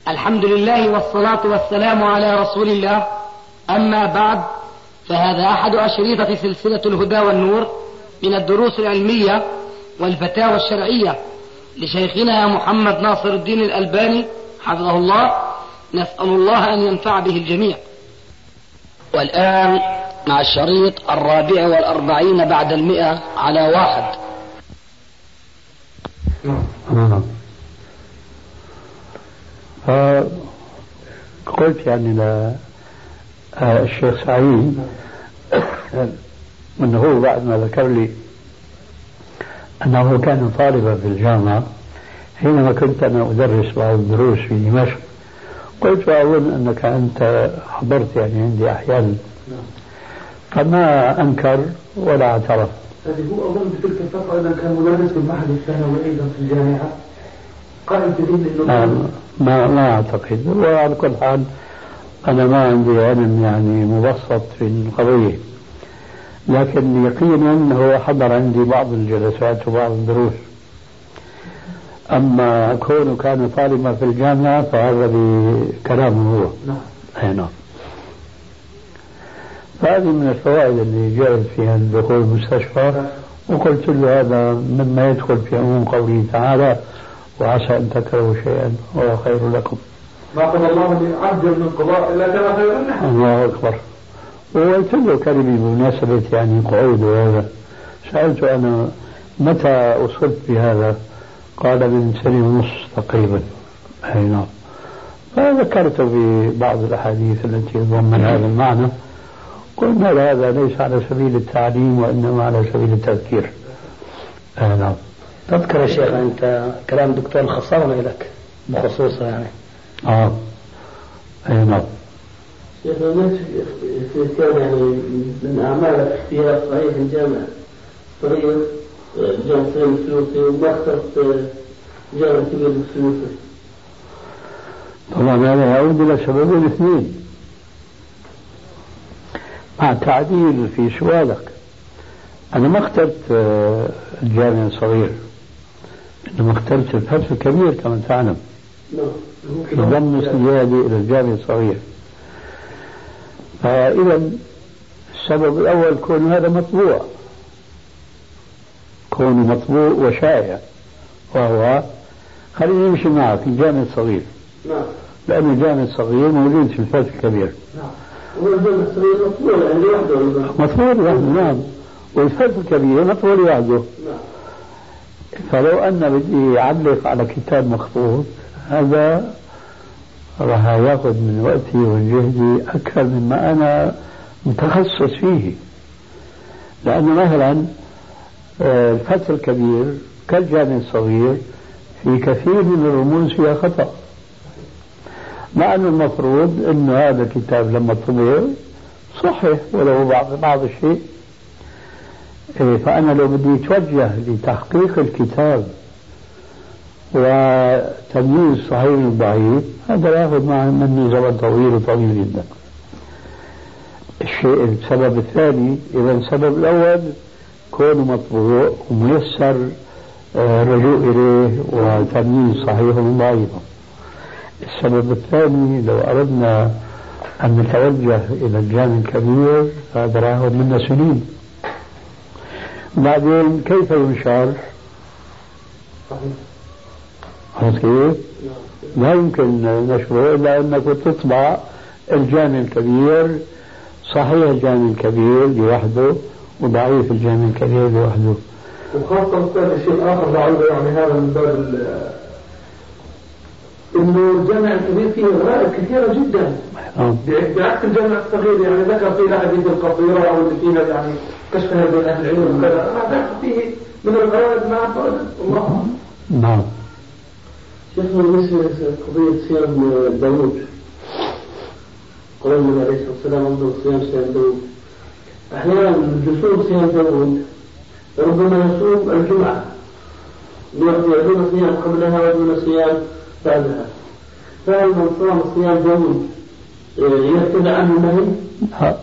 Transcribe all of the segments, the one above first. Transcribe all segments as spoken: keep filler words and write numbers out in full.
الحمد لله والصلاة والسلام على رسول الله. أما بعد، فهذا أحد أشريطة سلسلة الهدى والنور من الدروس العلمية والفتاوى الشرعية لشيخنا محمد ناصر الدين الألباني حفظه الله. نسأل الله أن ينفع به الجميع. والآن مع الشريط الرابع والأربعين بعد المئة على واحد. فقلت يعني للشيخ سعيد أنه هو بعد ما ذكر لي أنه كان طالبا في الجامعة حينما كنت أنا أدرس بعض الدروس في دمشق، قلت وأظن أنك أنت حضرت يعني عندي أحيانا، فما أنكر ولا اعترف. هذه هو أظن في تلك الفترة أيضا كان مدرس في المعهد الثانوي أيضا في الجامعة. قائم بدين إنه ما ما أعتقد. وعلى كل حال أنا ما عندي علم يعني مبسط في القضية، لكن يقينا أنه حضر عندي بعض الجلسات وبعض الدروس. أما كونه كان طالبا في الجامعة فهذا بكلامه هو. نعم. أي نعم. فهذه من الفوائد اللي جاءت فيها دخول المستشفى، وقلت له هذا مما يدخل في عموم قوله تعالى وعسى أن تكرهوا شيئا وهو خير لكم. ما قضى الله لعبد من قضاء إلا كما خير لنا. الله أكبر. وقلت له كلمة بمناسبة يعني قعود وهذا، سألته أنا متى أصبت بهذا؟ قال من سنة ونص تقريبا. أي نعم. فذكرته ببعض الأحاديث التي تضمن هذا المعنى، قلنا هذا ليس على سبيل التعليم وإنما على سبيل التذكير. أي نعم. تذكر يا شيخ أنت كلام دكتور الخصاوة لك بخصوصه يعني. آه. أي نعم. شيخ الناس في كان يعني من أعمال اختيار صحيح الجامع صغير جامع صغير السلوكي وما اخترت جامع كبير السلوكي. طبعا هذا يعود إلى سببين اثنين مع تعديل في سؤالك. أنا ما اخترت الجامع الصغير، إنما اخترت الفتح الكبير كما تعلم، ضم سيادي إلى الجامع الصغير. فإذا السبب الأول كون هذا مطبوع، كونه مطبوع وشائع، وهو خليني نمشي معك في الجامع الصغير. نعم. لأن الجامع الصغير موجود في الفتح الكبير. نعم. هو الجامع الصغير مطبوع يعني لوحده. مطبوع لوحده نعم. والفتح الكبير مطبوع لوحده. نعم. فلو أن بدي أعلق على كتاب مخطوط هذا راح ياخذ من وقتي وجهدي أكثر مما أنا متخصص فيه، لأنه مثلا الفتح الكبير كالجامع الصغير في كثير من الرموز فيها خطأ، مع أنه المفروض أنه هذا الكتاب لما طبع صحيح ولو بعض بعض الشيء. فأنا لو بدي أتوجه لتحقيق الكتاب وتمييز صحيح والضعيف هذا يأخذ مني زمن طويل وطويل جدا. الشيء السبب الثاني، إذا السبب الأول كونه مطبوع وميسر الرجوع إليه وتمييز صحيح وضعيف. السبب الثاني لو أردنا أن نتوجه إلى الجامع الكبير هذا يأخذ منا سنين. بعدين كيف ينشر؟ كيف؟ لا يمكن نشره إلا أنك تطبع الجامع الكبير صحيح الجامع الكبير لوحده وضعيف الجامع الكبير لوحده. وخاصة شيء آخر بعيد يعني هذا من باب إنه الجامع الكبير فيه غرائب كثيرة جدا. بعكس الجامع الصغير يعني ذكر فيه حديث القصيرة أو اللي فيها يعني كشفها بين أهل العلم وكذا، ما ذكر فيه من الغرائب ما أعتقد. الله. نعم. شيخنا بالنسبة لقضية صيام داوود، قال النبي عليه الصلاة والسلام أفضل صيام صيام داوود. أحيانا جسوم صيام داوود ربما يصوم الجمعة يدون صيام قبلها ويدون صيام بعدها، فهل من صام صيام داوود يرتدع عنه النهي؟ لا.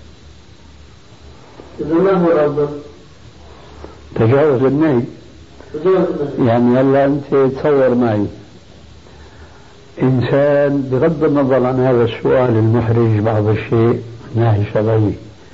إذا ما هو الأفضل؟ تجاوز النهي. يعني هلا أنت تصور معي إنسان بغض النظر عن هذا السؤال المحرج بعض الشيء من ناحية شرعية،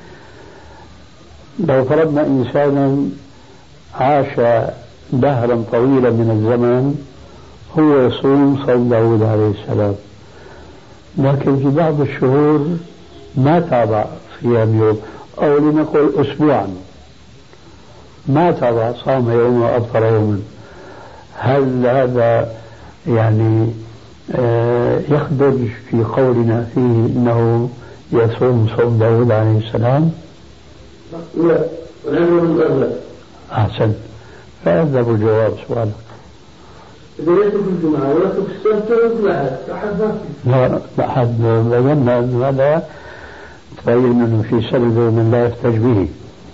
لو فرضنا إنسانا عاش دهرا طويلا من الزمن هو يصوم صوم داود عليه السلام، لكن في بعض الشهور ما تابع صيام يوم، أو لنقل أسبوعا ما تابع، صام يوم وأفطر يوما، هل هذا يعني يخرج في قولنا فيه إنه يصوم صوم داود عليه السلام؟ لا، ولأنه من الأغلب. أحسن، فأذب الجواب سؤالك. إذا ليس في الجمعة ولا في السبت ولا في الأحد، أحد ما لا أحد بينا أن هذا تبين أنه في سبب من لا يحتج به.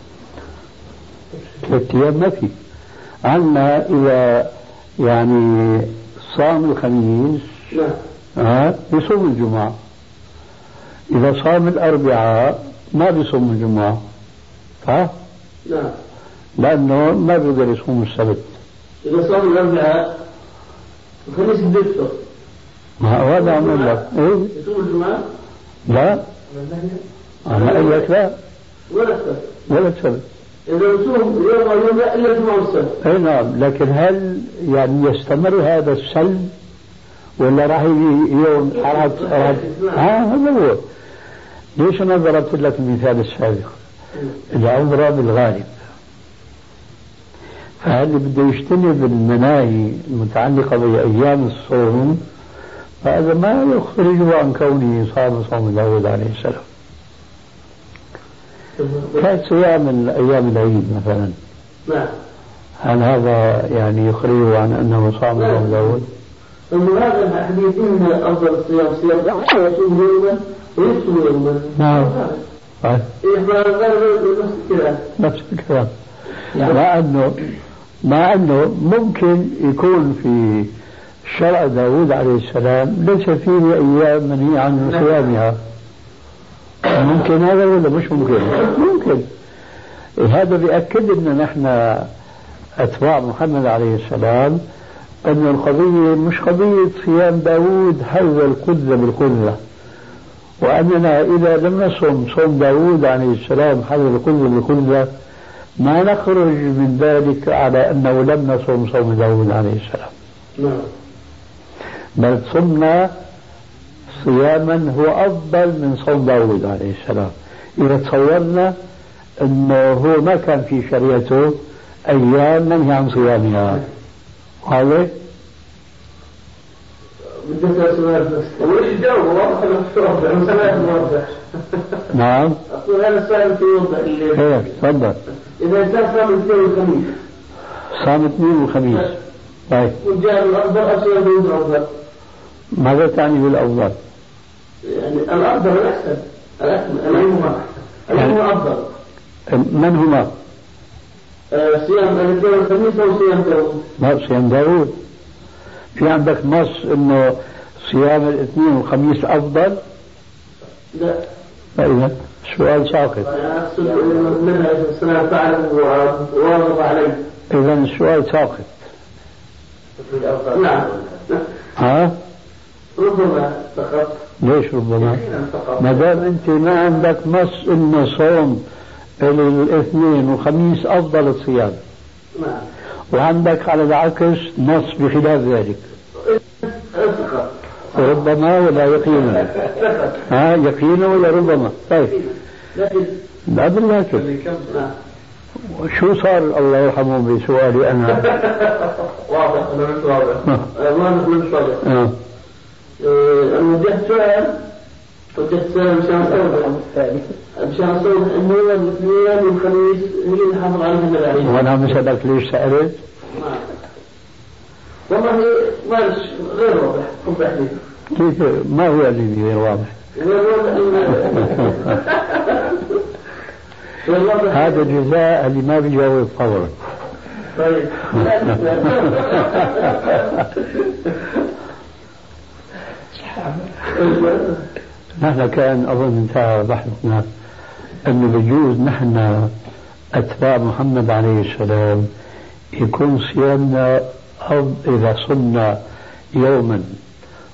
ثلاث أيام ما في. عنا إذا يعني صام الخميس ها بيصوم الجمعة، إذا صام الأربعاء ما بيصوم الجمعة، ها؟ لا، لأنه ما بيقدر يصوم السبت. إذا صام الأربعاء الخميس بيفطر. ما هذا عم لك إيه؟ يصوم الجمعة؟ لا، أنا أقول لك لا، ولا السبت ولا السبت. إذا يصوم يوم يوم لا إلا الجمعة والسبت. أي نعم، لكن هل يعني يستمر هذا السلب ولا راح يجي يوم حرج حرج؟ ها هذا هو. ليش أنا ضربت لك المثال السابق؟ العبرة بالغالب. فهل بده يجتنب المناهي المتعلقة بأيام الصوم، فهذا ما يخرجه عن كونه صام صوم داود عليه السلام. كصيام الأيام العيد مثلا، نعم، هل هذا يعني يخرجه عن أنه صام صوم داود؟ أما هذا الحديث إن أفضل الصيام صيام داود يصوم يوما ويصوم يوما. نعم. إيه نفس الكلام. نفس الكلام. مع أنه مع أنه ممكن يكون في شرع داود عليه السلام ليس فيه أيام منهي عن صيامها. ممكن هذا ولا مش ممكن؟ ممكن. هذا بيأكد أن نحن أتباع محمد عليه السلام أن القضية مش قضية صيام داود حذو القدة بالقدة، وأننا إذا لم نصم صوم داود عليه السلام حذو القدة بالقدة ما نخرج من ذلك على أنه لم نصم صوم داود عليه السلام. نعم. بل صمنا صياما هو أفضل من صوم داود عليه السلام إذا تصورنا أنه هو ما كان في شريعته أيام منهي عن صيامها. هذا بدك سؤال بس وليش الجو واضح ولا مش واضح؟ المسألة واضح. نعم. أقول هذا السؤال في يوضح الليل. إيه تفضل. إذا إنسان صام الاثنين والخميس. صام الاثنين والخميس. طيب. والجار الأفضل أو صيام داود الأفضل؟ ماذا تعني بالأفضل؟ يعني الأفضل الأحسن الأكمل الأيهما الأيهما أفضل. من هما؟ آه صيام الاثنين والخميس أو صيام داود؟ ما صيام داود. في عندك نص إنه صيام الاثنين والخميس أفضل؟ لا. فإذا السؤال ساقط. أنا أقصد النبي عليه الصلاة والسلام فعله وواظب عليه. إذا السؤال ساقط. نعم. ها؟ ربما فقط. ليش ربما؟ ما دام أنت ما عندك نص إن صوم الاثنين والخميس أفضل الصيام. نعم. وعندك على العكس نص بخلاف ذلك. فقط. ربما ولا يقينا. ها يقينا ولا ربما. طيب. لكن. لا بالله. شو صار الله يرحمه بسؤالي أنا؟ واضح ولا مش واضح؟ واضح ولا مش واضح؟ أنا وجهت سؤال وجهت سؤال مشان أصوب مشان أصوب إنه الاثنين والخميس هي اللي حافظ عليها النبي عليه. وأنا مسألك ليش سألت؟ والله مالش غير واضح. وضح لي. كيف ما هو اللي غير واضح؟ غير واضح. هذا جزاء اللي ما بيجاوب فورا. طيب. نحن كان أظن انتهى بحثنا أنه بجوز نحن أتباع محمد عليه السلام يكون صيامنا أو إذا صمنا يوما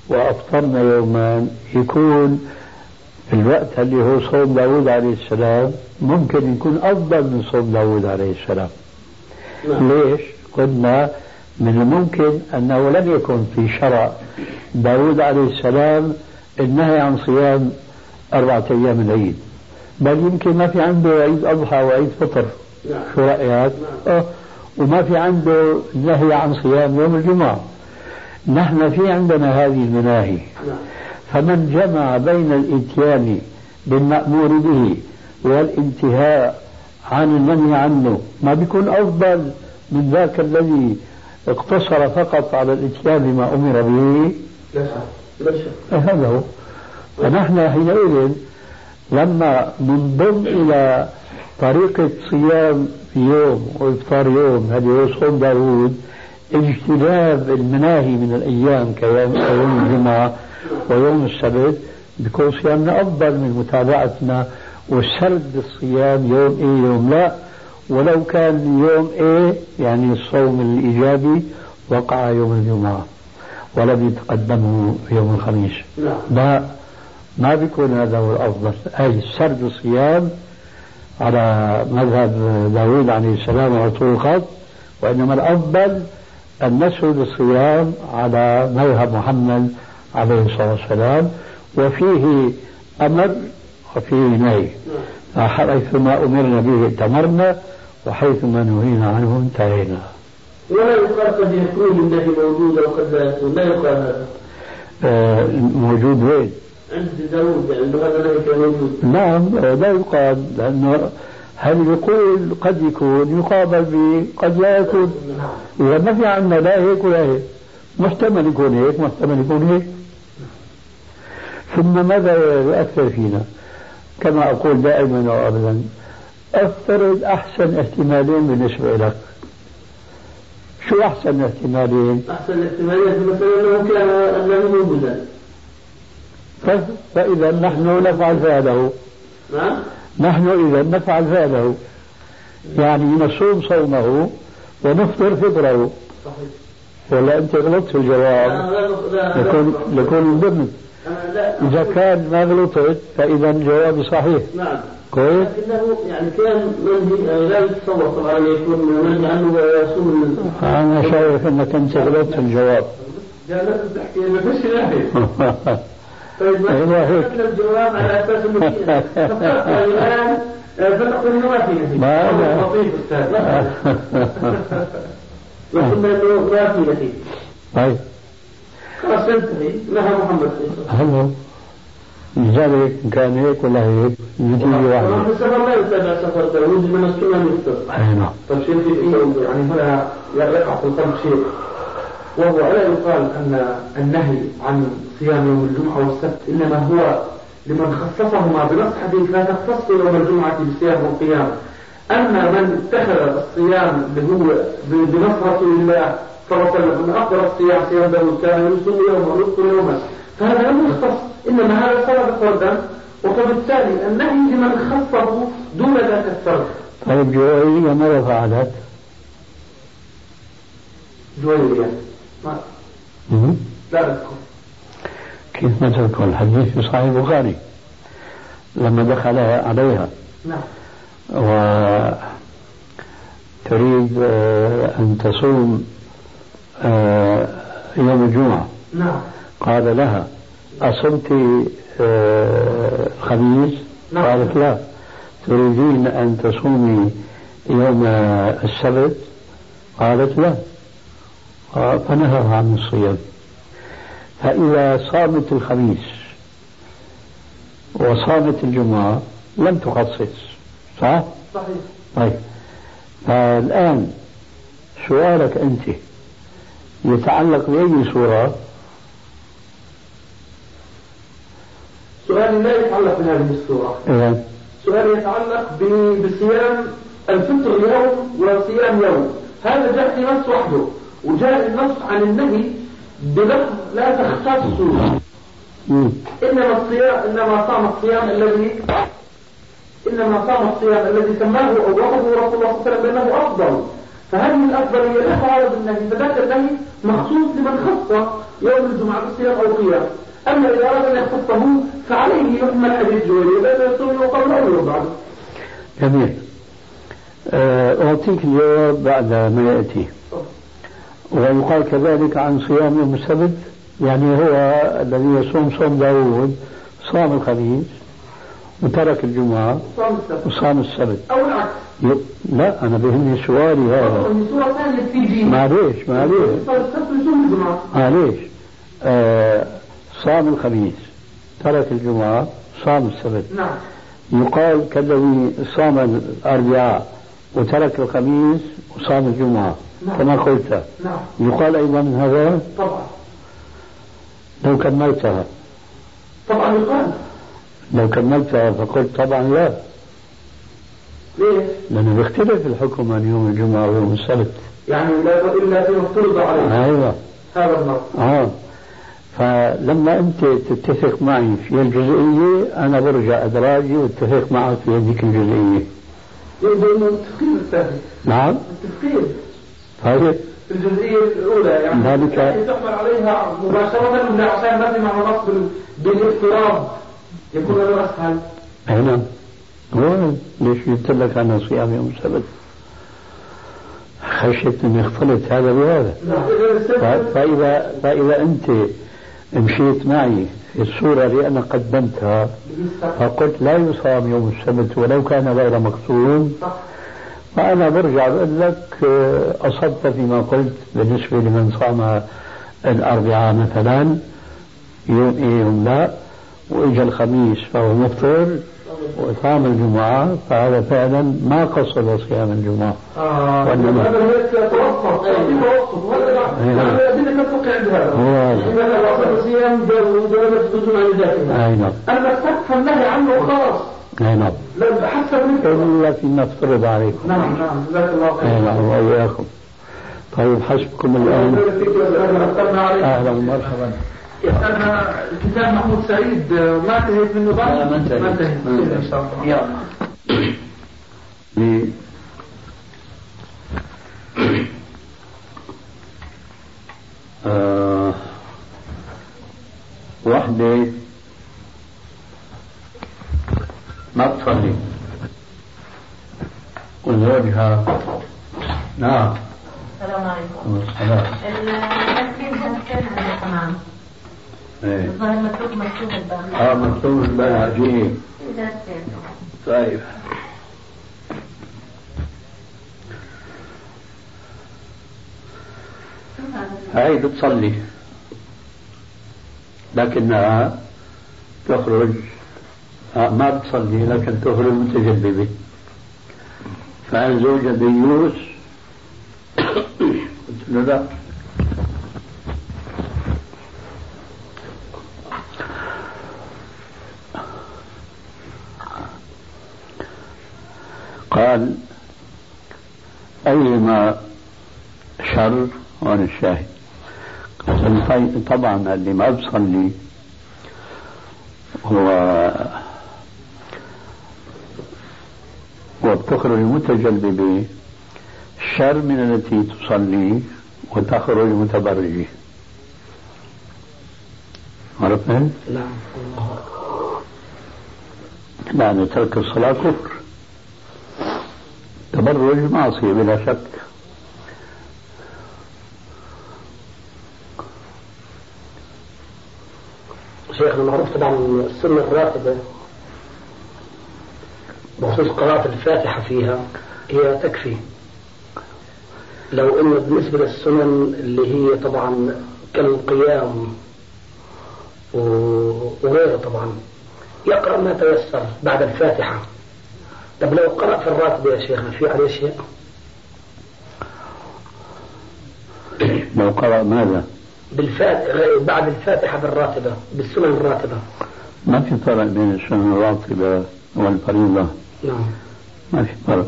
وأفطرنا يوما يكون في الوقت اللي هو صوم داود عليه السلام ممكن يكون أفضل من صوم داود عليه السلام. نعم. ليش؟ قلنا من الممكن أنه لم يكن في شرع داود عليه السلام النهي عن صيام أربعة أيام العيد، بل يمكن ما في عنده عيد أضحى وعيد فطر. نعم. شو رأيك؟ نعم. أه وما في عنده نهي عن صيام يوم الجمعة. نحن في عندنا هذه المناهي. نعم. فمن جمع بين الاتيان بالمأمور به والانتهاء عن المنهي عنه ما بيكون أفضل من ذاك الذي اقتصر فقط على الاتيان بما أمر به؟ لا شك. هذا هو. فنحن حينئذ لما ننضم إلى طريقة صيام في يوم وإفطار يوم هذا هو صوم داود، اجتناب المناهي من الأيام كيوم الجمعة ويوم السبت، بيكون صيامنا أفضل من متابعتنا وسرد الصيام يوم إيه يوم لا، ولو كان يوم إيه يعني الصوم الإيجابي وقع يوم الجمعة ولم يتقدمه يوم الخميس. لا ما بيكون هذا هو الأفضل، أي سرد الصيام على مذهب داود عليه السلام على طول الخط، وإنما الأفضل أن نسرد الصيام على مذهب محمد عليه الصلاة والسلام، وفيه أمر وفيه نهي، حيثما أمرنا به اتمرنا وحيثما نهينا عنه انتهينا. ولا يقال قد يكون النهي موجود وقد لا يكون، لا يقال هذا. آه موجود وين؟ عند داود يعني هذا النهي كان موجود. نعم لا يقال، لأنه هل يقول قد يكون يقابل ب قد لا يكون. إذا ما في عندنا لا هيك ولا هيك، محتمل يكون هيك محتمل يكون هيك. ثم ماذا يؤثر فينا؟ كما أقول دائما وأبدا، افترض أحسن احتمالين بالنسبة لك. شو أحسن احتمالين؟ أحسن احتمالين مثلا أنه كان أنه موجودا، فإذا نحن نفعل فعله. نعم. نحن إذا نفعل فعله يعني نصوم صومه ونفطر فطره. صحيح. ولا أنت غلطت في الجواب؟ لكون لكون ضمن. إذا كان ما غلطت فإذا الجواب صحيح. نعم. كويس. لكنه يعني كان منهي لا يتصور طبعا يكون منهي عنه ويصوم. أنا شايف أنك أنت غلطت في الجواب. جالس تحكي ما فيش ناحية. طيب ما الجواب على أساس إنه الآن فتقول إنه ما في نتيجة. ما لطيف أستاذ. وقلنا إنه ما في نتيجة. طيب. خلاص انتهي لها محمد. هلا. لذلك كان هيك ولا هيك نتيجة واحدة. طبعا السفر لا يتابع سفر داود من السنة المفترض. أي نعم. طيب شيخ يعني هنا يقع في القلب شيء، وهو ألا يقال أن النهي عن صيام يوم الجمعة والسبت إنما هو لمن خصصهما بنص حديث لا تختص يوم الجمعة بالصيام والقيام، أما من اتخذ الصيام اللي هو بنص رسول الله صلى الله عليه وسلم أن أفضل الصيام صيام داود كان يصوم يوما ويفطر يوما، فهذا لم يختص، إنما هذا سبب فردا، وبالتالي النهي لمن خصه دون ذاك الفرد. طيب جويرية ماذا فعلت؟ جويرية لا أذكر. كيف ما تذكر؟ الحديث في صحيح البخاري لما دخل عليها. نعم. وتريد أن تصوم يوم الجمعة. نعم. قال لها أصمت الخميس؟ نعم. قالت لا. تريدين أن تصومي يوم السبت؟ قالت لا. فنهى عن الصيام. فإذا صامت الخميس وصامت الجمعة لم تخصص، صح؟ صحيح. طيب فالآن سؤالك أنت يتعلق بأي صورة؟ سؤالي لا يتعلق بهذه الصورة. إيه؟ سؤالي يتعلق بصيام الفطر يوم وصيام يوم، هذا جاء في نص وحده، وجاء النص عن النهي بلفظ لا تختصوا، إنما الصيام إنما صام الصيام الذي إنما صام الصيام الذي سماه أو وصفه رسول الله صلى الله عليه وسلم بأنه أفضل، فهذه الأفضلية لا تعارض النهي، فذاك النهي مخصوص لمن خص يوم الجمعة بالصيام أو قيام. أما إذا أراد أن يخصه فعليه يحمل حديث جويرية بأنه يصوم قبل أو يوم بعد. جميل. أعطيك الجواب بعد ما يأتي. ويقال كذلك عن صيام يوم السبت، يعني هو الذي يصوم صوم داوود صام الخميس وترك الجمعة وصام السبت أو العكس. لا أنا بهمني سؤالي هذا. معليش معليش معليش آه صام الخميس ترك الجمعة صام السبت. نعم. يقال كالذي صام الأربعاء وترك الخميس وصام الجمعة. نعم. كما قلت. نعم. يقال أيضا هذا. طبعا. لو كملتها. طبعا يقال. لو كملتها فقلت طبعا لا. ليه؟ لأنه بيختلف الحكم عن يوم الجمعة ويوم السبت. يعني لا إلا فيما افترض عليه. أيوة. هذا النص. آه. فلما أنت تتفق معي في الجزئية أنا برجع أدراجي واتفق معك في هذيك الجزئية. يبدو أنه التفكير الثاني. نعم. التفكير. طيب. في الجزئية الأولى يعني. ذلك. يعني تحمل عليها مباشرة من عشان نفي مع نص بالافتراض يكون له أسهل. أي نعم. هو ليش جبت لك أنا صيام يوم السبت؟ خشيت أن يختلط هذا بهذا. فإذا فإذا أنت مشيت معي في الصورة اللي أنا قدمتها فقلت لا يصام يوم السبت ولو كان غير مقصود، فأنا برجع بقول لك أصبت فيما قلت بالنسبة لمن صام الأربعاء مثلا يوم إيه يوم لا، وإجا الخميس فهو مفطر، وصام الجمعة فهذا فعلا ما قصد صيام الجمعة. آه وإنما هذا هيك توسط في توسط وهذا الأدلة تتوقع عند هذا. إنما وصف صيام درجة تدل على ذاتها. أي نعم. أما السقف النهي عنه خلاص. أي نعم. لا حسب منك. إلا فيما افترض عليكم. نعم نعم جزاك الله خير. أي نعم وإياكم. طيب حسبكم الآن. أهلا ومرحبا. يسألنا الكتاب محمود سعيد ما انتهيت منه بعد؟ ما انتهيت. ما انتهيت. إن شاء الله. يلا. آه وحدة ما تصلي وزوجها نعم. السلام عليكم. السلام. المسكين هالكلمة تمام. ايه. الظاهر مكتوب مكتوب الباب. اه مكتوب الباب عجيب. طيب. هاي بتصلي لكنها تخرج ما بتصلي لكن تخرج متجلبة، فأنا زوجة ديوس قلت له لا. قال أيما شر وأنا الشاهد. طبعا اللي ما بصلي هو وبتخرج متجلبة شر من التي تصلي وتخرج متبرجة. عرفت؟ نعم. لأن ترك الصلاة كفر، تبرج معصية بلا شك. شيخنا معروف طبعا السنة الراتبة بخصوص قراءة الفاتحة فيها هي تكفي، لو إن بالنسبة للسنن اللي هي طبعا كالقيام وغيره طبعا يقرأ ما تيسر بعد الفاتحة. طب لو قرأ في الراتبة يا شيخنا في عليه شيء؟ لو قرأ ماذا؟ بالفاتحة بعد الفاتحة بالراتبة بالسنن الراتبة. ما في فرق بين السنن الراتبة والفريضة. نعم. ما في فرق.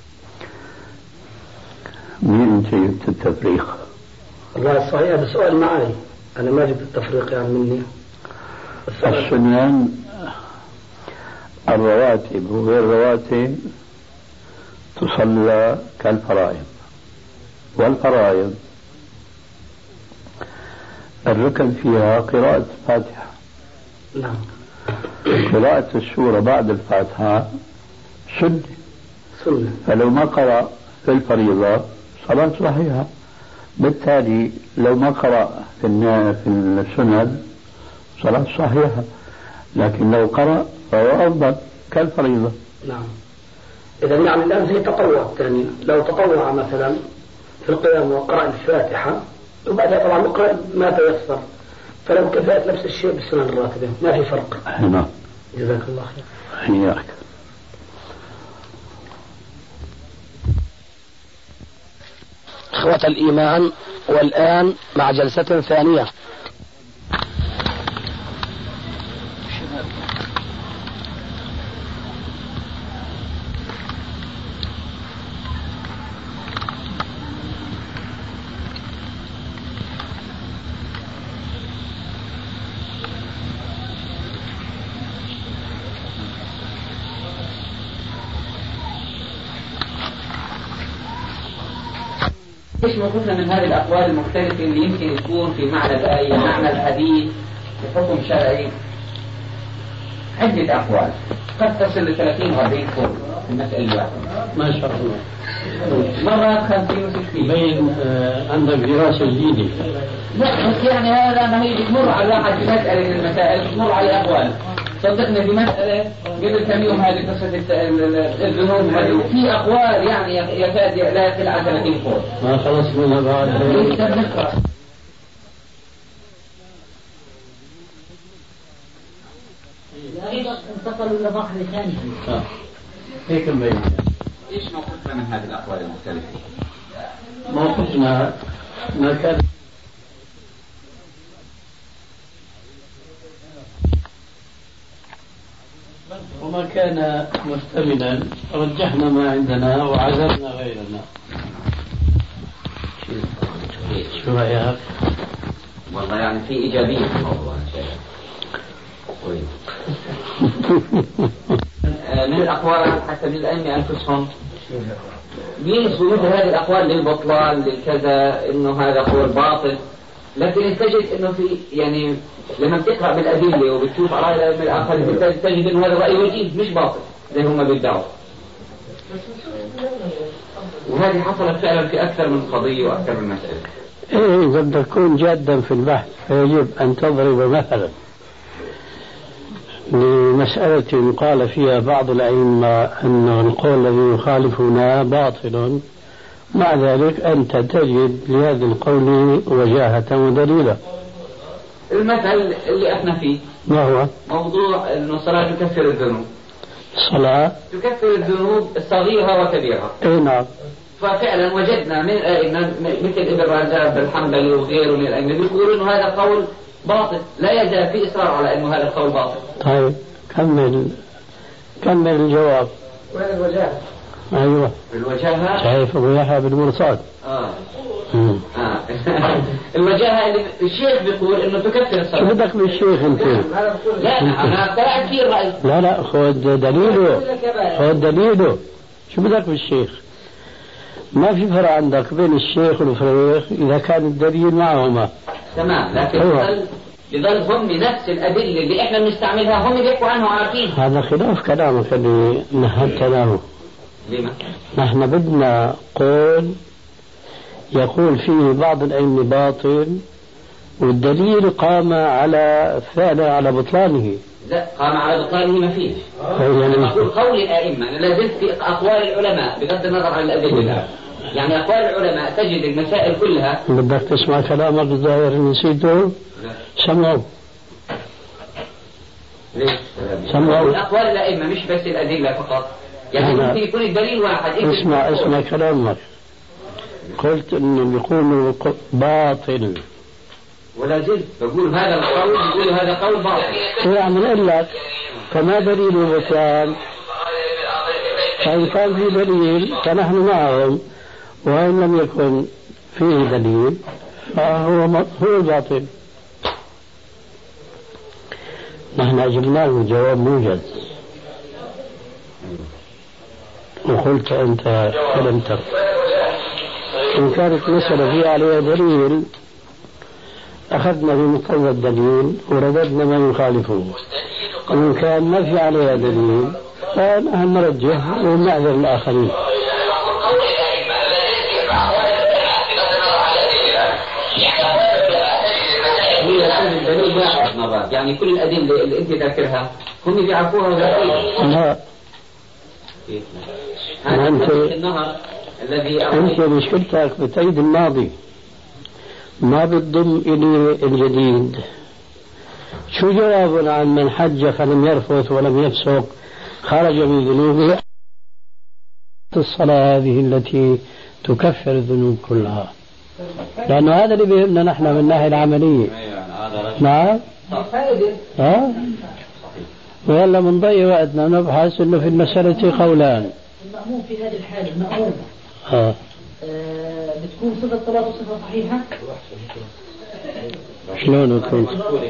مين انت جبت التفريق؟ والله صحيح هذا سؤال معي، انا ما جبت التفريق يعني مني. السنن الرواتب وغير الرواتب تصلى كالفرائض. والفرائض الركن فيها قراءة الفاتحة. نعم. قراءة السورة بعد الفاتحة سنة. سنة. فلو ما قرأ في الفريضة صلاة صحيحة. بالتالي لو ما قرأ في في السنن صلاة صحيحة، لكن لو قرأ فهو أفضل كالفريضة. نعم. إذا يعني الآن زي تطوع ثاني، لو تطوع مثلا في القيام وقرأ الفاتحة وبعدها طبعا نقرأ ما تيسر، فلو كفأت نفس الشيء بالسنن الراتبة ما في فرق. نعم. جزاك الله خير. حياك. إخوة الإيمان، والآن مع جلسة ثانية. ايش موقفنا من هذه الاقوال المختلفه اللي يمكن يكون في معنى الايه، معنى الحديث، بحكم شرعي؟ عده اقوال قد تصل ل ثلاثين و أربعين قول في المساله الواحده. ما شاء الله. مرات خمسين وستين. بين آه عندك دراسه جديده. لا بس يعني هذا ما هي بتمر على الواحد في مساله من المسائل، بتمر على اقوال. صدقنا في مسألة قبل كم يوم هذه قصة الذنوب هذه، في أقوال يعني يكاد لا يقل عن ثلاثين قول. ما خلص منها بعد. لسه بنقرأ. انتقلوا إلى بحر ثاني. آه. هيك مبين. إيش موقفنا من هذه الأقوال المختلفة؟ موقفنا ما كان وما كان مستمنا رجحنا ما عندنا وعزلنا غيرنا. شو رأيك؟ والله يعني في إيجابية في الموضوع. من الأقوال حسب الأئمة أنفسهم بينسبوا هذه الأقوال للبطلان للكذا، إنه هذا قول باطل، لكن تجد إنه في يعني لما بتقرأ بالأدلة وبتشوف آراء الأئمة الآخرين تجد إنه هذا رأي وجيه مش باطل زي هم بيدعوا. وهذه حصلت فعلا في أكثر من قضية وأكثر من مسألة. إيه إذا بدك تكون جادا في البحث فيجب أن تضرب مثلا لمسألة قال فيها بعض الأئمة أن القول الذي يخالفنا باطل، مع ذلك أنت تجد لهذا القول وجاهة ودليلا. المثل اللي احنا فيه ما هو؟ موضوع أن الصلاة تكفر الذنوب. الصلاة تكفر الذنوب الصغيرة وكبيرة. اي نعم. ففعلا وجدنا من الأئمة مثل ابن رجب الحنبلي وغيره من الأئمة بيقولوا إنه هذا قول باطل، لا يزال في إصرار على إنه هذا القول باطل. طيب كمل كمل الجواب. وين الوجاهة؟ أيوة الوجاهة. شايف أبو يحيى بالمرصاد. آه. آه. الوجاهة اللي الشيخ بيقول إنه تكفر الصلاة. شو بدك بالشيخ أنت؟ لا أنا طلعت فيه الرأي. لا لا خذ دليله، خذ دليله. شو بدك بالشيخ؟ ما في فرق عندك بين الشيخ والفريق إذا كان الدليل معهما. تمام، لكن يظل يظل هم نفس الأدلة اللي إحنا بنستعملها هم بيحكوا عنها وعارفين. هذا خلاف كلامك اللي نهتناه. لما؟ نحن بدنا قول يقول فيه بعض الأئمة باطل والدليل قام على فعلا على بطلانه. لا قام على بطلانه ما فيه. أنا أقول قول الأئمة، أنا لازلت في أقوال العلماء بغض النظر عن الأدلة. يعني أقوال العلماء تجد المسائل كلها. بدك تسمع كلامك الظاهر نسيته؟ سمعوا. ليش؟ سمعوا. أقوال الأئمة مش بس الأدلة فقط. يعني ممكن يكون الدليل واحد. اسمع اسمع كلامك. قلت انه بيقولوا باطل. ولا زلت بقول هذا القول بقول هذا قول باطل. يعني نقول لك فما دليل البطلان؟ فإن كان في دليل فنحن معهم، وإن لم يكن فيه دليل فهو هو الباطل. نحن أجبناه الجواب موجز، وقلت أنت فلم تر. إن كانت مسألة فيها عليها دليل أخذنا بمقتضى الدليل ورددنا ما يخالفه، وإن كان ما في عليها دليل فنحن نرجح ونعذر الآخرين. الدليل واحد مرات، يعني كل الأدلة اللي أنت ذاكرها هم بيعرفوها وذاكرها. لا أنت النهر الذي أنت مشكلتك بتعيد الماضي، ما بتضم إلي الجديد. شو جوابنا عن من حج فلم يرفث ولم يفسق خرج من ذنوبه؟ الصلاة هذه التي تكفر الذنوب كلها، لأنه هذا اللي بيهمنا نحن من الناحية العملية. نعم. ها؟ ويلا بنضيع وقتنا نبحث إنه في المسألة قولان. المأموم في هذه الحالة المأموم آه. آه بتكون صفة صلاة صفة صحيحة؟ شلون تكون؟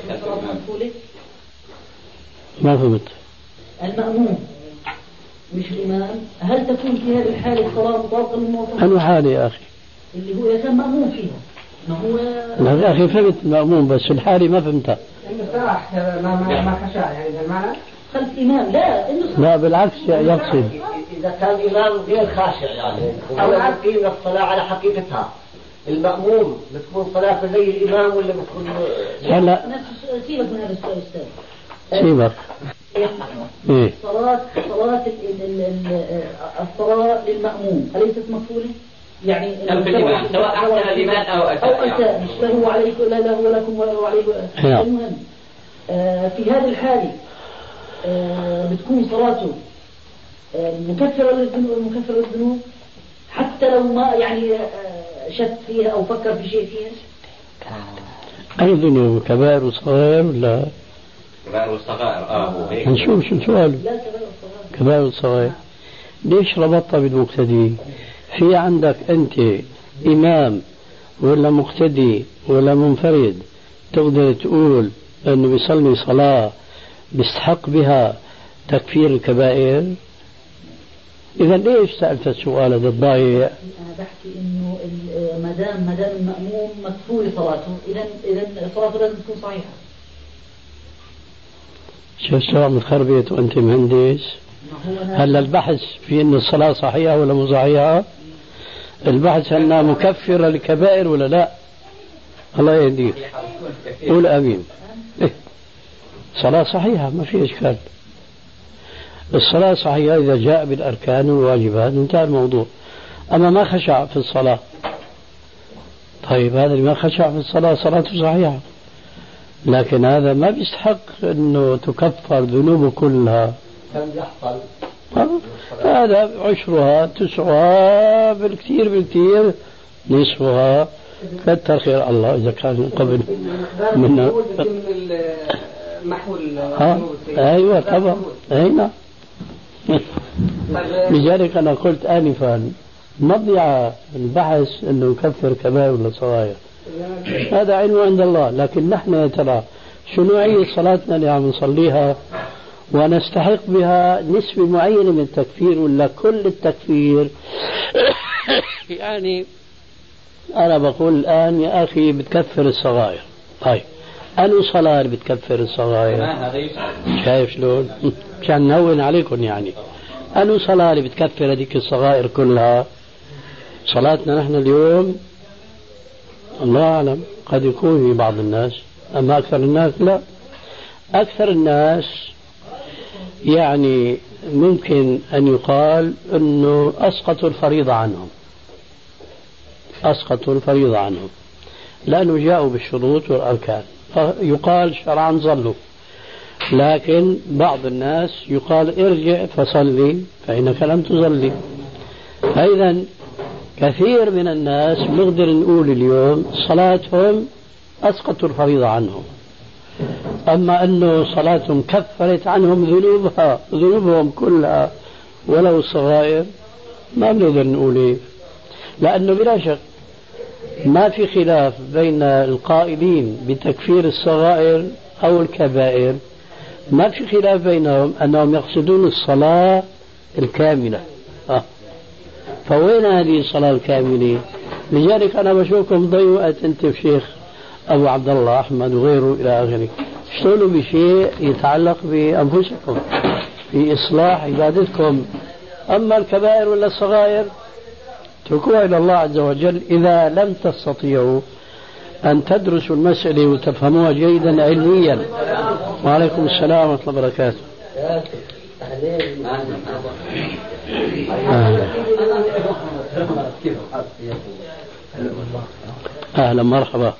ما فهمت. المأموم مش الإمام، هل تكون في هذه الحالة الصلاة مطابقة للموضوع؟ أنا حالي يا أخي اللي هو يسمى مأموم فيها. ما هو لا يا أخي فهمت المأموم بس الحالي ما فهمتها. يعني الصراحة ما ما ما خشع يعني بالمعنى خلف إمام لا إنه لا بالعكس يقصد إذا كان الإمام غير خاشع يعني أو يقيم الصلاة على حقيقتها، المأموم بتكون صلاة زي الإمام ولا بتكون هلا نفس سيبك من هذا السؤال أستاذ. سيبك. إيه؟ صلاة صلاة الصلاة للمأموم أليست مفعولة؟ يعني الإمام سواء أحسن الإمام أو أساء أو أساء مش له عليكم لا له ولكم وله عليكم. المهم آه في هذه الحالة آه بتكون صلاته آه مكفرة للذنوب مكفرة للذنوب حتى لو ما يعني آه شك فيها أو فكر في شيء فيها. أي ذنوب كبائر وصغائر ولا؟ كبائر والصغائر اه هيك. نشوف شو السؤال. لا كبائر والصغائر. كبائر والصغائر. ليش ربطها بالمقتدي؟ في عندك أنت إمام ولا مقتدي ولا منفرد تقدر تقول أنه بيصلي صلاة بيستحق بها تكفير الكبائر؟ إذا ليش سألت السؤال هذا الضايع؟ أنا بحكي إنه ما دام ما دام المأموم مكفول صلاته إذا إذا صلاته لازم تكون صحيحة. شو السؤال متخربط وأنت مهندس؟ هلا البحث في أن الصلاة صحيحة ولا مو صحيحة؟ البحث أنها مكفرة للكبائر ولا لا؟ الله يهديك. قول أمين. إيه؟ صلاة صحيحة ما في إشكال. الصلاة صحيحة إذا جاء بالأركان والواجبات انتهى الموضوع. أما ما خشع في الصلاة، طيب هذا اللي ما خشع في الصلاة صلاته صحيحة، لكن هذا ما بيستحق أنه تكفر ذنوبه كلها. كم يحصل؟ هذا عشرها تسعها بالكثير بالكثير نصفها كتر خير الله إذا كان قبل منا. محو أيوة طبعا أين لذلك أنا قلت آنفا مضيع البحث أنه يكفر كبائر ولا صغائر، هذا علم عند الله. لكن نحن يا ترى شو نوعية صلاتنا اللي عم نصليها ونستحق بها نسبة معينة من التكفير ولا كل التكفير؟ يعني أنا بقول الآن يا أخي بتكفر الصغائر. طيب أنو صلاة بتكفر الصغائر؟ شايف شلون؟ مشان نهون عليكم يعني. أنو صلاة بتكفر هذيك الصغائر كلها؟ صلاتنا نحن اليوم الله أعلم قد يكون في بعض الناس، أما أكثر الناس لا. أكثر الناس يعني ممكن أن يقال أنه أسقطوا الفريضة عنهم، أسقطوا الفريضة عنهم لأنه جاءوا بالشروط والأركان، فيقال شرعا ظلوا. لكن بعض الناس يقال ارجع فصلي فإنك لم تصلي. فإذا كثير من الناس نقدر نقول اليوم صلاتهم أسقطوا الفريضة عنهم، أما أنه صلاتهم كفرت عنهم ذنوبها ذنوبهم كلها ولو الصغائر ما بنقدر نقول إيه. لأنه بلا شك ما في خلاف بين القائلين بتكفير الصغائر أو الكبائر، ما في خلاف بينهم أنهم يقصدون الصلاة الكاملة. آه. فوين هذه الصلاة الكاملة؟ لذلك أنا بشوفكم ضيوا وقت أنت وشيخ أبو عبد الله أحمد وغيره إلى آخره، اشتغلوا بشيء يتعلق بأنفسكم في إصلاح عبادتكم. أما الكبائر ولا الصغائر اتركوها إلى الله عز وجل إذا لم تستطيعوا أن تدرسوا المسألة وتفهموها جيدا علميا. وعليكم السلام ورحمة الله وبركاته. أهلا أهلا مرحبا.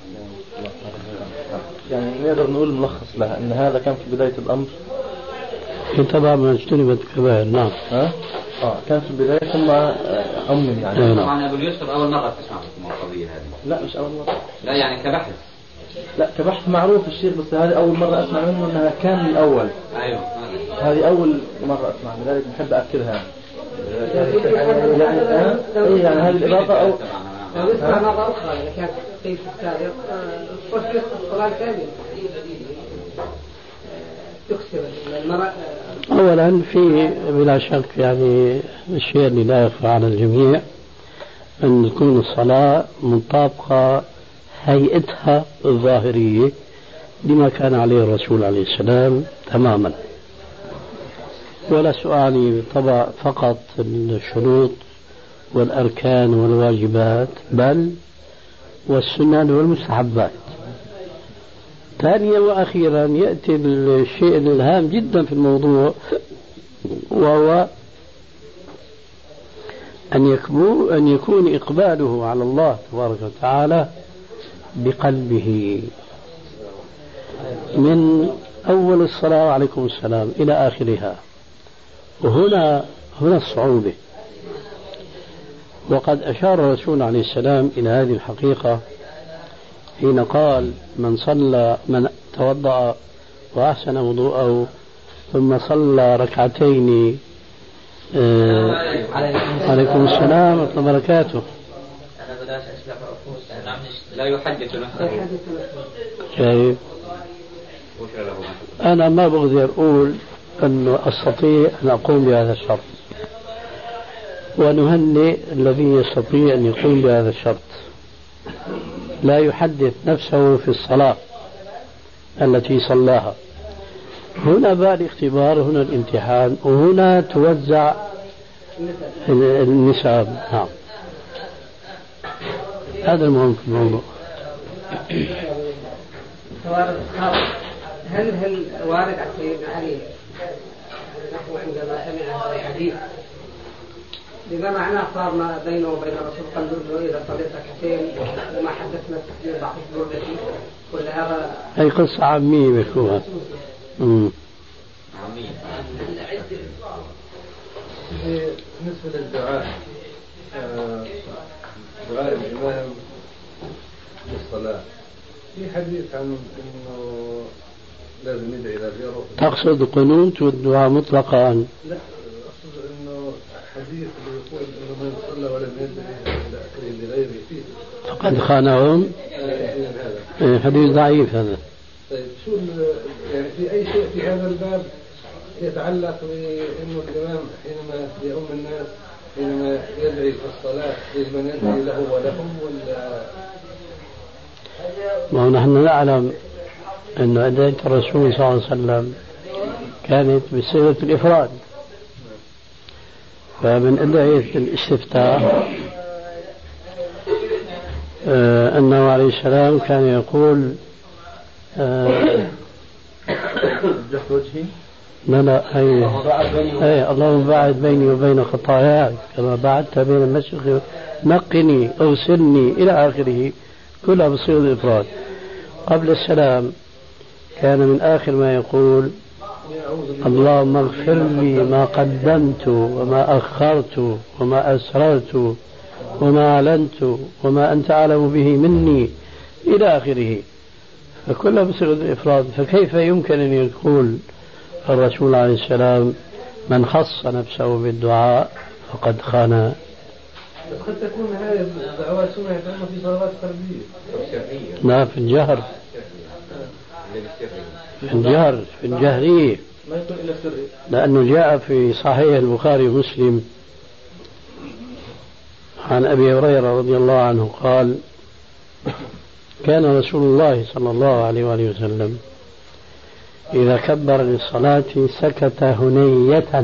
يعني نقدر نقول ملخص لها أن هذا كان في بداية الأمر طبعا من اجتنبت الكبائر. نعم. ها؟ اه كان في البداية ثم أمن يعني. طبعا أبو اليسر أول مرة تسمع في القضية هذه. لا مش أول مرة. لا يعني كبحث. لا كبحث معروف الشيخ، بس هذه أول مرة أسمع منه أنها كان الأول. أيوه. هذه أول مرة أسمع، لذلك نحب أكدها. يعني يعني, يعني هذه الإضافة أو نسمع مرة أخرى إذا كانت في السابق الصلاة الصلاة كاملة تكسر المرأة. أولا في بلا شك يعني الشيء اللي لا يخفى على الجميع أن تكون الصلاة مطابقة هيئتها الظاهرية لما كان عليه الرسول عليه السلام تماما، ولا سؤالي طبعا فقط الشروط والأركان والواجبات بل والسنن والمستحبات. ثانيا وأخيرا يأتي الشيء الهام جدا في الموضوع، وهو أن أن يكون إقباله على الله تبارك وتعالى بقلبه من أول الصلاة عليكم السلام إلى آخرها. وهنا هنا الصعوبة. وقد أشار الرسول عليه السلام إلى هذه الحقيقة حين قال من صلى من توضأ وأحسن وضوءه ثم صلى ركعتين آه عليكم السلام ورحمة الله وبركاته. لا يحدث نفسه. شايف؟ أنا ما بقدر أقول أنه أستطيع أن أقوم بهذا الشرط، ونهنئ الذي يستطيع أن يقوم بهذا الشرط. لا يحدث نفسه في الصلاة التي صلاها. هنا بقى الاختبار، هنا الامتحان، وهنا توزع النسب. نعم هذا المهم في الموضوع. هل هل وارد عن سيدنا علي نحو عندما سمع هذا الحديث بما معناه صار ما بينه وبين الرسول قال له إذا صليت ركعتين وما حدثنا التسليم بعد الظهر ولا هذا هي قصة عامية بكوها. بالنسبة للدعاء دعاء الإمام للصلاة في حديث عن إنه لازم يدعي إلى غيره. تقصد القنوت والدعاء مطلقا؟ لا أقصد إنه حديث اللي يقول إنه من صلى ولم يدعي لغيره فيه فقد خانهم. آه حديث ضعيف هذا. طيب شو يعني في أي شيء في هذا الباب يتعلق بأنه الإمام حينما يؤم الناس حينما يدعي في الصلاة لمن يدعي له ولهم ولا؟ ما نحن نعلم أن أدعية الرسول صلى الله عليه وسلم كانت بصيغة الإفراد، فمن أدعية الاستفتاح آه أنه عليه السلام كان يقول آه جهد وجهي لا لا أي أي اللهم باعد بيني وبين خطاياي كما بعدت بين المشرق نقني أغسلني إلى آخره، كلها بصيغة الإفراد. قبل السلام كان من آخر ما يقول اللهم اغفر لي ما قدمت وما أخرت وما أسررت وما أعلنت وما أنت أعلم به مني إلى آخره، فكلها بصيغة الإفراد. فكيف يمكن أن يقول الرسول عليه السلام من خص نفسه بالدعاء فقد خان؟ قد تكون هذه الدعوات سمعت أما في صلوات فردية. لا في الجهر، في الجهر في الجهرية، ما يكون إلا سري، لأنه جاء في صحيح البخاري ومسلم عن أبي هريرة رضي الله عنه قال كان رسول الله صلى الله عليه وآله وسلم إذا كبر للصلاة سكت هنية،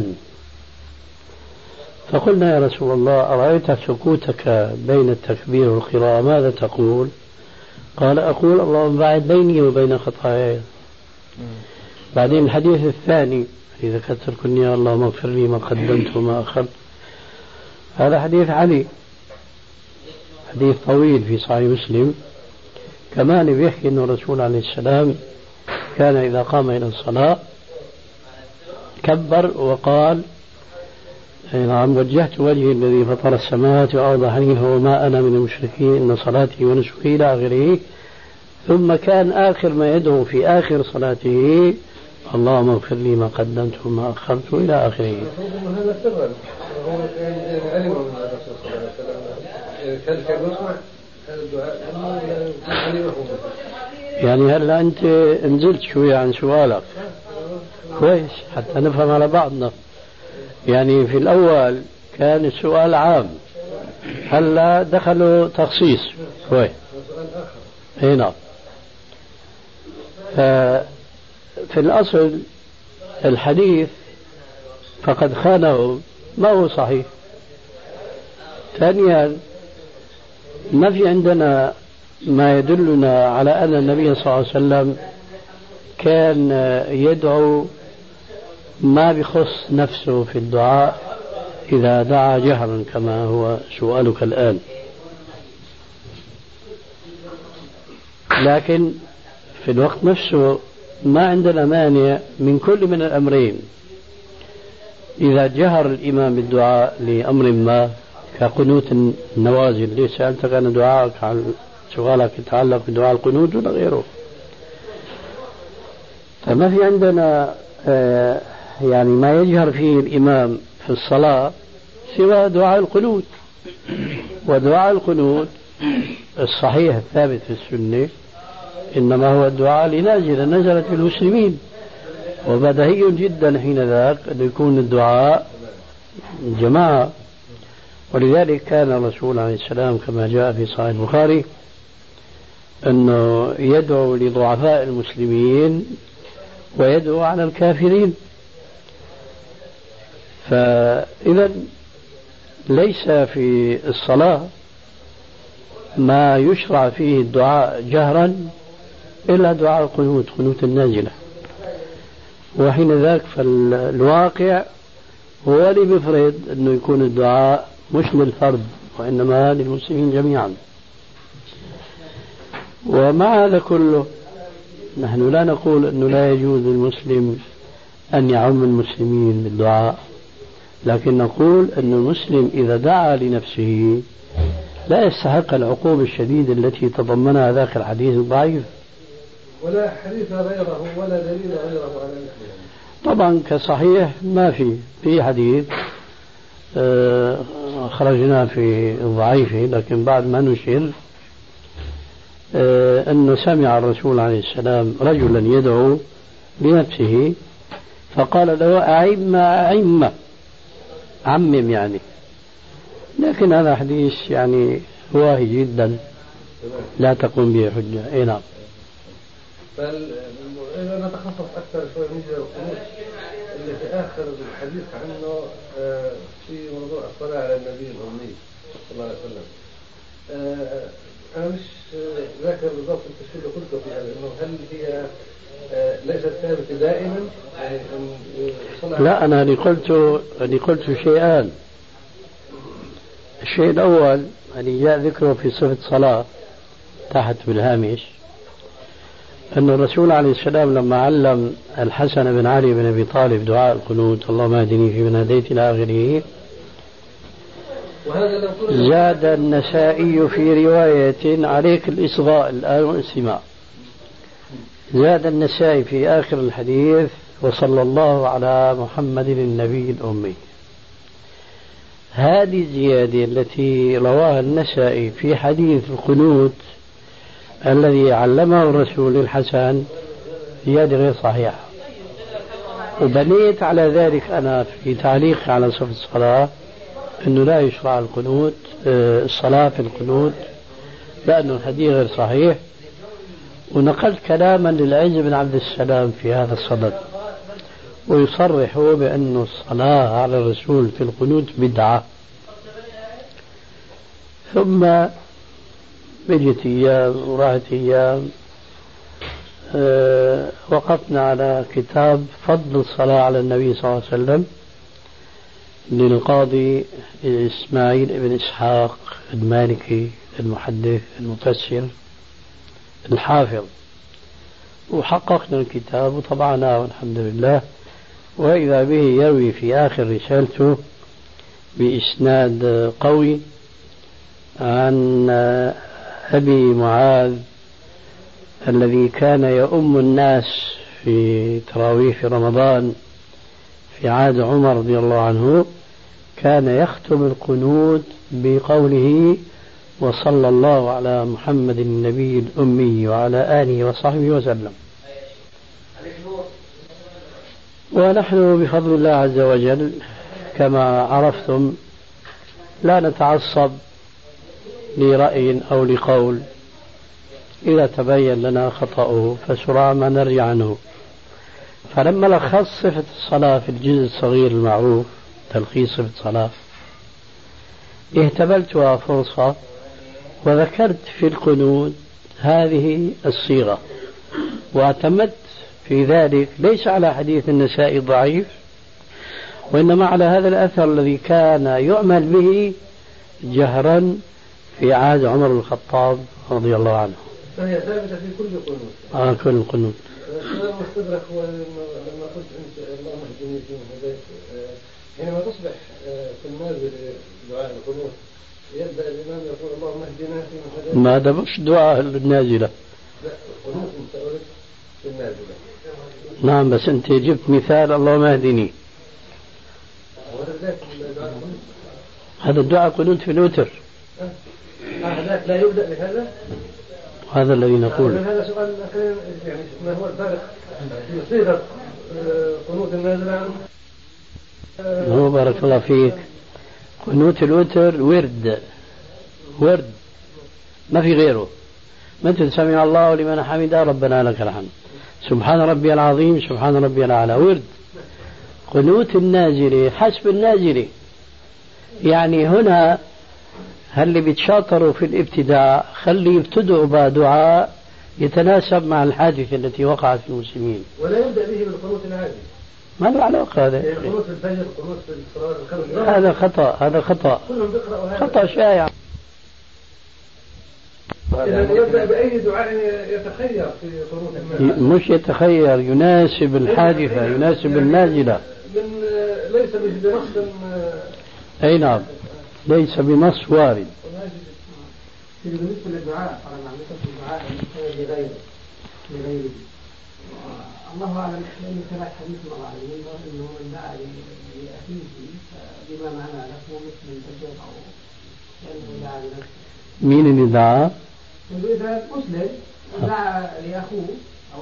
فقلنا يا رسول الله أرأيت سكوتك بين التكبير والقراءة ماذا تقول؟ قال أقول اللهم باعد بيني وبين خطاياي. بعدين الحديث الثاني إذا كثركني يا اللهم اغفر لي ما قدمت وما أخرت، هذا حديث علي، حديث طويل في صحيح مسلم كمان بيحكي أن الرسول عليه السلام كان إذا قام إلى الصلاة كبر وقال نعم وجهت وجهي الذي فطر السماوات والأرض حنيفا وما أنا من المشركين إن صلاتي ونسكي إلى آخره. ثم كان آخر ما يدعو في آخر صلاته اللهم اغفر لي ما قدمت وما أخرت إلى آخره. هذا سرا علم من الرسول صلى الله عليه وسلم كان يسمع هذا الدعاء علمه. يعني هلا أنت نزلت شوية عن سؤالك كويس حتى نفهم على بعضنا. يعني في الأول كان السؤال عام، هلا دخلوا تخصيص كويس. اي نعم. ففي الأصل الحديث فقد خانه ما هو صحيح. ثانيا ما في عندنا ما يدلنا على أن النبي صلى الله عليه وسلم كان يدعو ما بخص نفسه في الدعاء إذا دعا جهرا كما هو سؤالك الآن. لكن في الوقت نفسه ما عندنا مانع من كل من الأمرين. إذا جهر الإمام بالدعاء لأمر ما كقنوت النوازل، ليش سألتك عن دعائك عن سؤالك يتعلق بدعاء القنوت ولا غيره، فما في عندنا آه يعني ما يجهر فيه الإمام في الصلاة سوى دعاء القنوت. ودعاء القنوت الصحيح الثابت في السنة إنما هو الدعاء لنازلة نزلت في المسلمين، وبديهي جدا حين ذاك أن يكون الدعاء جماعة. ولذلك كان الرسول عليه السلام كما جاء في صحيح البخاري أنه يدعو لضعفاء المسلمين ويدعو على الكافرين. فإذا ليس في الصلاة ما يشرع فيه الدعاء جهرا إلا دعاء القنوت، قنوت النازلة. وحين ذاك فالواقع هو اللي بيفرض أنه يكون الدعاء مش للفرد وإنما للمسلمين جميعا. ومع هذا كله نحن لا نقول أنه لا يجوز للمسلم أن يعم المسلمين بالدعاء، لكن نقول أن المسلم إذا دعا لنفسه لا يستحق العقوبة الشديدة التي تضمنها ذاك الحديث الضعيف. ولا حديث غيره ولا دليل غيره على مثله. طبعا كصحيح ما في في حديث آه خرجنا في الضعيف، لكن بعد ما نشر آه أنه سمع الرسول عليه السلام رجلا يدعو لنفسه فقال له أعم أعم عمم يعني. لكن هذا حديث يعني واهي جدا لا تقوم به حجة. اي نعم. فإذا نتخصص أكثر شوي نجي القنوت اللي في آخر الحديث عنه في موضوع الصلاة على النبي الأمي صلى الله عليه وسلم. أنا مش ذاكر بالضبط التشكيل اللي قلته في هذا، إنه هل هي ليست ثابتة دائما؟ يعني لا، أنا اللي قلت اللي قلت شيئان. الشيء الأول اللي جاء ذكره في صفة صلاة تحت بالهامش أن الرسول عليه السلام لما علم الحسن بن علي بن أبي طالب دعاء القنوت اللهم اهدني فيمن هديت إلى آخره، زاد النسائي في رواية عليك الإصغاء الآن والاستماع، زاد النسائي في آخر الحديث وصلى الله على محمد النبي الأمي. هذه الزيادة التي رواها النسائي في حديث القنوت الذي علمه الرسول للحسن زيادة غير صحيحة. وبنيت على ذلك أنا في تعليق على صفة الصلاة أنه لا يشرع القنوت الصلاة في القنوت لأنه الحديث غير صحيح، ونقلت كلاما للعز بن عبد السلام في هذا الصدد، ويصرح هو بأن الصلاة على الرسول في القنوت بدعة. ثم بجت أيام وراحت أيام، أه وقفنا على كتاب فضل الصلاة على النبي صلى الله عليه وسلم للقاضي إسماعيل بن إسحاق المالكي المحدث المفسر الحافظ، وحققنا الكتاب وطبعناه والحمد لله. وإذا به يروي في آخر رسالته بإسناد قوي عن أبي معاذ الذي كان يؤم الناس في تراويح رمضان في عهد عمر رضي الله عنه، كان يختم القنوت بقوله وصلى الله على محمد النبي الأمي وعلى آله وصحبه وسلم. ونحن بفضل الله عز وجل كما عرفتم لا نتعصب لرأي أو لقول، إذا تبين لنا خطأه فسرعان ما نرجع عنه. فلما لخص صفة الصلاة في الجزء الصغير المعروف تلخيص صفة الصلاة، اهتبلتها فرصة وذكرت في القنوت هذه الصيغة، واعتمدت في ذلك ليس على حديث النسائي ضعيف، وإنما على هذا الأثر الذي كان يعمل به جهرا في عهد عمر بن الخطاب رضي الله عنه. فهي ثابتة في كل قنوت. آه كل قنوت. السؤال المستدرك هو لما قلت أنت اللهم اهدني فيما هديت، حينما تصبح في النازل دعاء القنوت يبدأ الإمام يقول اللهم اهدنا فيما هديت. ما هذا مش دعاء النازلة. لا قنوت مستورد في النازلة. نعم بس أنت جبت مثال اللهم اهدني. هذا الدعاء قنوت في الوتر. هذاك لا يبدأ بهذا؟ هذا الذي نقول. هذا سؤال يعني ما هو الفرق في صيغة قنوت النازلة؟ هو بارك الله فيك، قنوت الوتر ورد ورد ما في غيره، مثل سمع الله لمن حمده ربنا لك الحمد، سبحان ربي العظيم سبحان ربي الأعلى، ورد. قنوت النازلة حسب النازلة، يعني هنا هل اللي بيتشاطروا في الابتداع خلي يبتدعوا بدعاء يتناسب مع الحادثة التي وقعت في المسلمين، ولا يبدأ به بالقنوت العادي. ما له علاقة هذا. قنوت في الفجر قنوت في الصلاة الخمس. هذا خطأ، هذا خطأ خطأ شائع. إذا يبدأ بأي دعاء يتخير في قنوت النازلة. مش يتخير، يناسب الحادثة يناسب النازلة. من ليس بنص. أي نعم ليس بنص وارد. بالنسبة للدعاء طبعا بالنسبة للدعاء لغيره لغيره الله أعلم، لأن سمعت حديث الله عليه أنه من دعا لأخيه بما معنى له مثل الفجر أو كأنه دعا لنفسه. مين اللي دعا؟ إذا مسلم دعا لأخوه أو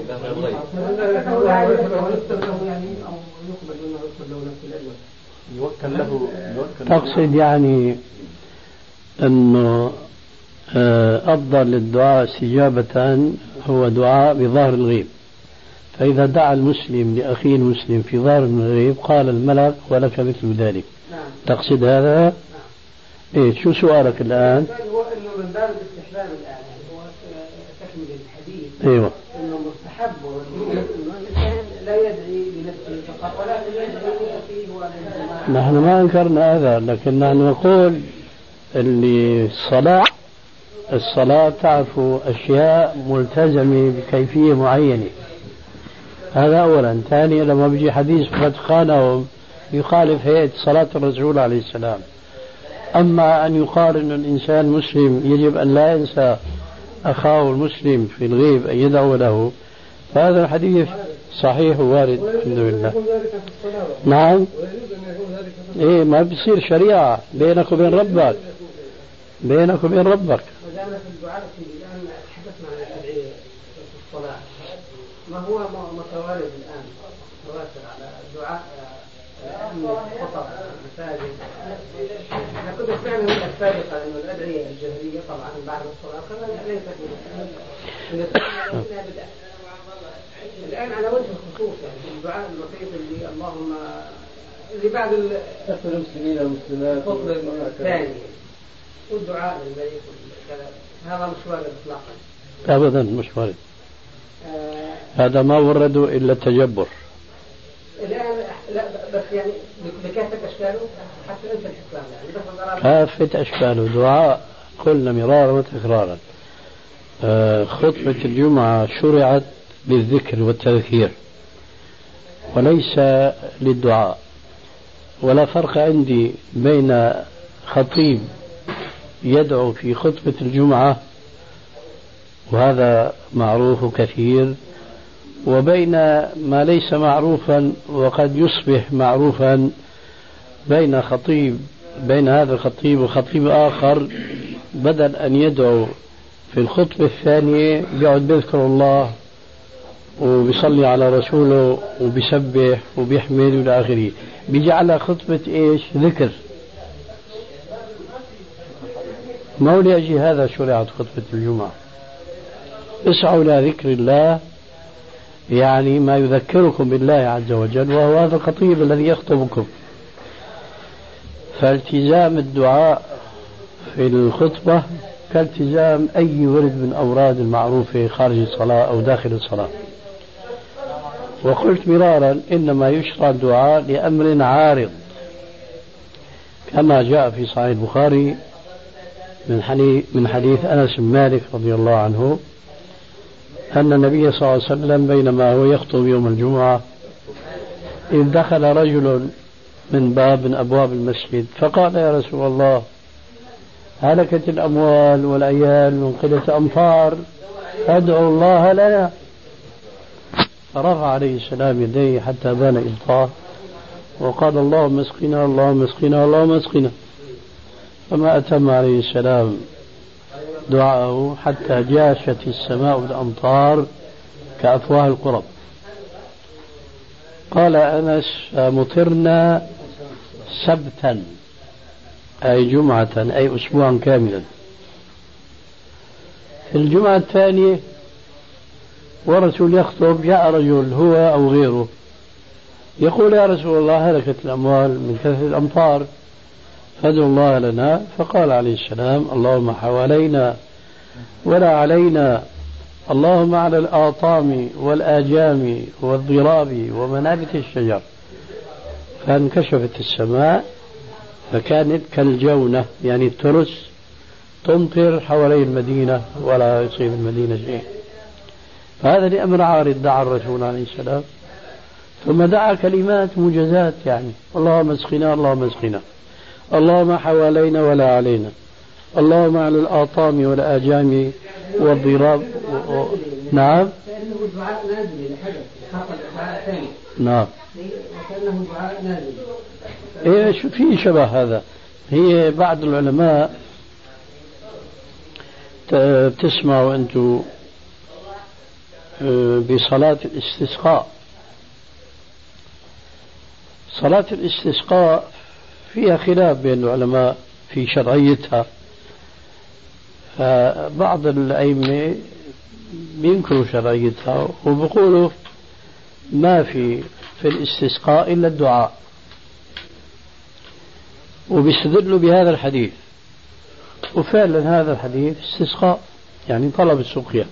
يعني أو يقبل منه يقبل له نفس الأجر يوكل له. تقصد يعني أنه أفضل الدعاء استجابة هو دعاء بظاهر الغيب، فإذا دعا المسلم لأخيه المسلم في ظاهر الغيب قال الملك ولك مثل ذلك. نعم. تقصد هذا؟ نعم. إيه شو سؤالك الآن؟ هو إنه من باب الاستحباب الآن، يعني هو تكمل الحديث. أيوه. إنه مستحب إنه الإنسان لا يدعي لنفسه فقط ولكن يدعي لأخيه وللجماعة. نحن ما أنكرنا هذا، لكن نحن نقول اللي الصلاة الصلاة تعرف أشياء ملتزمة بكيفية معينة، هذا أولا. ثانيا لما بيجي حديث قد خانهم يخالف هيئة صلاة الرسول عليه السلام. أما أن يقال أن الإنسان مسلم يجب أن لا ينسى أخاه المسلم في الغيب أن يدعو له، فهذا الحديث صحيح ووارد الحمد لله. نعم. إيه ما بيصير شريعة بينك وبين ربك، بينك وبين ربك. وجاءنا في الدعاء الآن تحدثنا عن الأدعية في الصلاة، ما هو متوارد الآن متواتر على الدعاء خطب المساجد. احنا كنا سمعنا من السابقة أن الأدعية الجهرية طبعا بعد الصلاة كما ليست من السنة. الآن على وجه الخصوص يعني الدعاء اللطيف اللي اللهم اللي بعد المسلمين والمسلمات الفضل الثاني والدعاء للميت وكذا، هذا مش وارد إطلاقا. أبدا مش وارد. آه هذا ما ورده إلا التجبر. الآن لا بس يعني بكافة أشكاله حتى أنت الإسلام يعني كافة أشكاله دعاء قلنا مرارا وتكرارا. آه خطبة الجمعة شرعت للذكر والتذكير وليس للدعاء، ولا فرق عندي بين خطيب يدعو في خطبة الجمعة وهذا معروف كثير، وبين ما ليس معروفا وقد يصبح معروفا بين خطيب بين هذا الخطيب وخطيب آخر بدل أن يدعو في الخطبة الثانية يقعد بيذكر الله وبيصلي على رسوله وبيسبح وبيحمد إلى آخره، بيجعل خطبة إيش؟ ذكر. ما لأجل هذا شرعت خطبة الجمعة. اسعوا إلى ذكر الله يعني ما يذكركم بالله عز وجل، وهو هذا الخطيب الذي يخطبكم. فالتزام الدعاء في الخطبة كالتزام أي ورد من أوراد المعروفة خارج الصلاة أو داخل الصلاة. وقلت مرارا إنما يشرع الدعاء لأمر عارض، كما جاء في صحيح البخاري من حديث, من حديث أنس بن مالك رضي الله عنه أن النبي صلى الله عليه وسلم بينما هو يخطب يوم الجمعة إذ دخل رجل من باب من أبواب المسجد فقال يا رسول الله هلكت الأموال والعيال وانقلت أمطار أدعو الله لنا. فرفع عليه السلام يديه حتى بان إبطاه وقال اللهم اسقنا اللهم اسقنا اللهم اسقنا، فما أتم عليه السلام دعاءه حتى جاشت السماء بالأمطار كأفواه القرب. قال أنس مطرنا سبتا أي جمعة أي أسبوعا كاملا. في الجمعة الثانية ورسول يخطب جاء رجل هو أو غيره يقول يا رسول الله هلكت الأموال من كثرة الأمطار فادعوا الله لنا. فقال عليه السلام اللهم حوالينا ولا علينا، اللهم على الآطام والآجام والضراب ومنابت الشجر. فانكشفت السماء فكانت كالجونة يعني الترس تمطر حوالي المدينة ولا يصيب المدينة شيء. فهذا لأمر عارض دعا الرسول عليه السلام، ثم دعا كلمات موجزات يعني اللهم اسقنا اللهم اسقنا، اللهم حوالينا ولا علينا، اللهم على الآطام والآجام والضراب و... و... نعم نعم ايش في شبه هذا. هي بعض العلماء بتسمعوا انتم بصلاة الاستسقاء. صلاة الاستسقاء فيها خلاف بين العلماء في شرعيتها، فبعض الأئمة بينكروا شرعيتها وبيقولوا ما في في الاستسقاء إلا الدعاء، وبيستدلوا بهذا الحديث، وفعلا هذا الحديث استسقاء يعني طلب السقيا.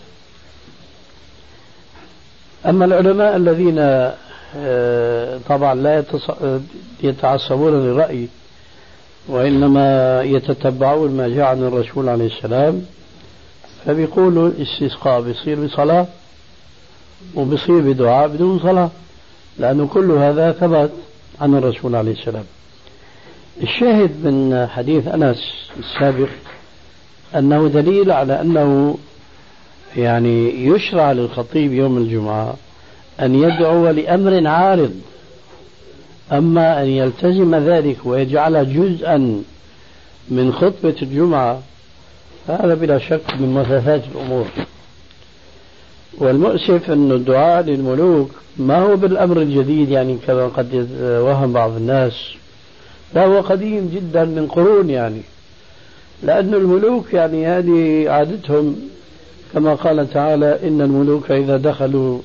أما العلماء الذين طبعا لا يتعصبون للرأي وإنما يتتبعون ما جاء عن الرسول عليه السلام، فبيقولوا الاستسقاء بيصير بصلاة وبيصير بدعاء بدون صلاة، لأنه كل هذا ثبت عن الرسول عليه السلام. الشاهد من حديث أنس السابق أنه دليل على أنه يعني يشرع للخطيب يوم الجمعة أن يدعو لأمر عارض، أما أن يلتزم ذلك ويجعل جزءا من خطبة الجمعة هذا بلا شك من مثاثات الأمور. والمؤسف أن الدعاء للملوك ما هو بالأمر الجديد يعني كما قد يتوهم بعض الناس، لا هو قديم جدا من قرون يعني، لأن الملوك يعني هذه عادتهم كما قال تعالى إن الملوك إذا دخلوا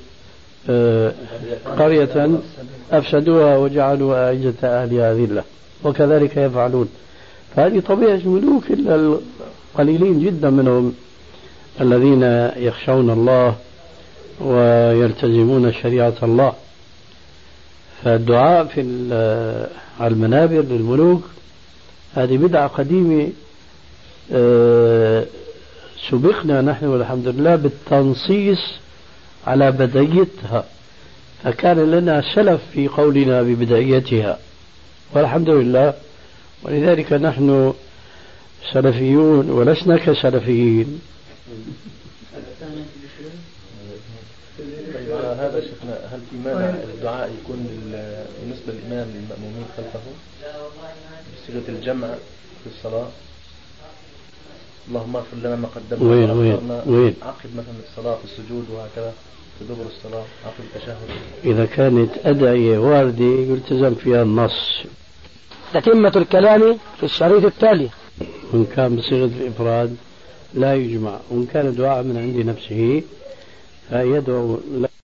قرية أفسدوها وجعلوا أعزة أهلها ذلة وكذلك يفعلون. فهذه طبيعة الملوك، إلا القليلين جدا منهم الذين يخشون الله ويلتزمون شريعة الله. فالدعاء في على المنابر للملوك هذه بدعة قديمة، سبقنا نحن والحمد لله بالتنصيص على بدايتها، فكان لنا سلف في قولنا ببدايتها والحمد لله، ولذلك نحن سلفيون ولسنا كسلفيين. هذا شيخنا، هل في مانع الدعاء يكون بالنسبة للإمام للمأمومين خلفه بصيغة الجمع في الصلاة؟ اللهم اغفر لنا ما قدمنا وين وين وين عقب مثلا الصلاة في السجود وهكذا في دبر الصلاة عقب التشهد؟ إذا كانت أدعية واردة يلتزم فيها النص. تتمة الكلام في الشريط التالي. وإن كان بصيغة الإفراد لا يجمع، وإن كان دعاء من عند نفسه فيدعو